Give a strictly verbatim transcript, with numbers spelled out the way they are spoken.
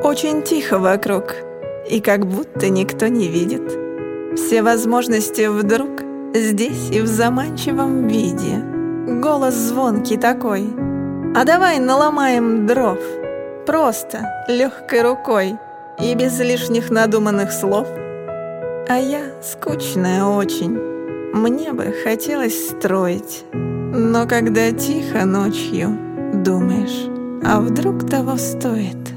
Очень тихо вокруг, и как будто никто не видит. Все возможности вдруг здесь и в заманчивом виде. Голос звонкий такой: а давай наломаем дров. Просто, легкой рукой и без лишних надуманных слов. А я скучная очень, мне бы хотелось строить. Но когда тихо ночью, думаешь, а вдруг того стоит?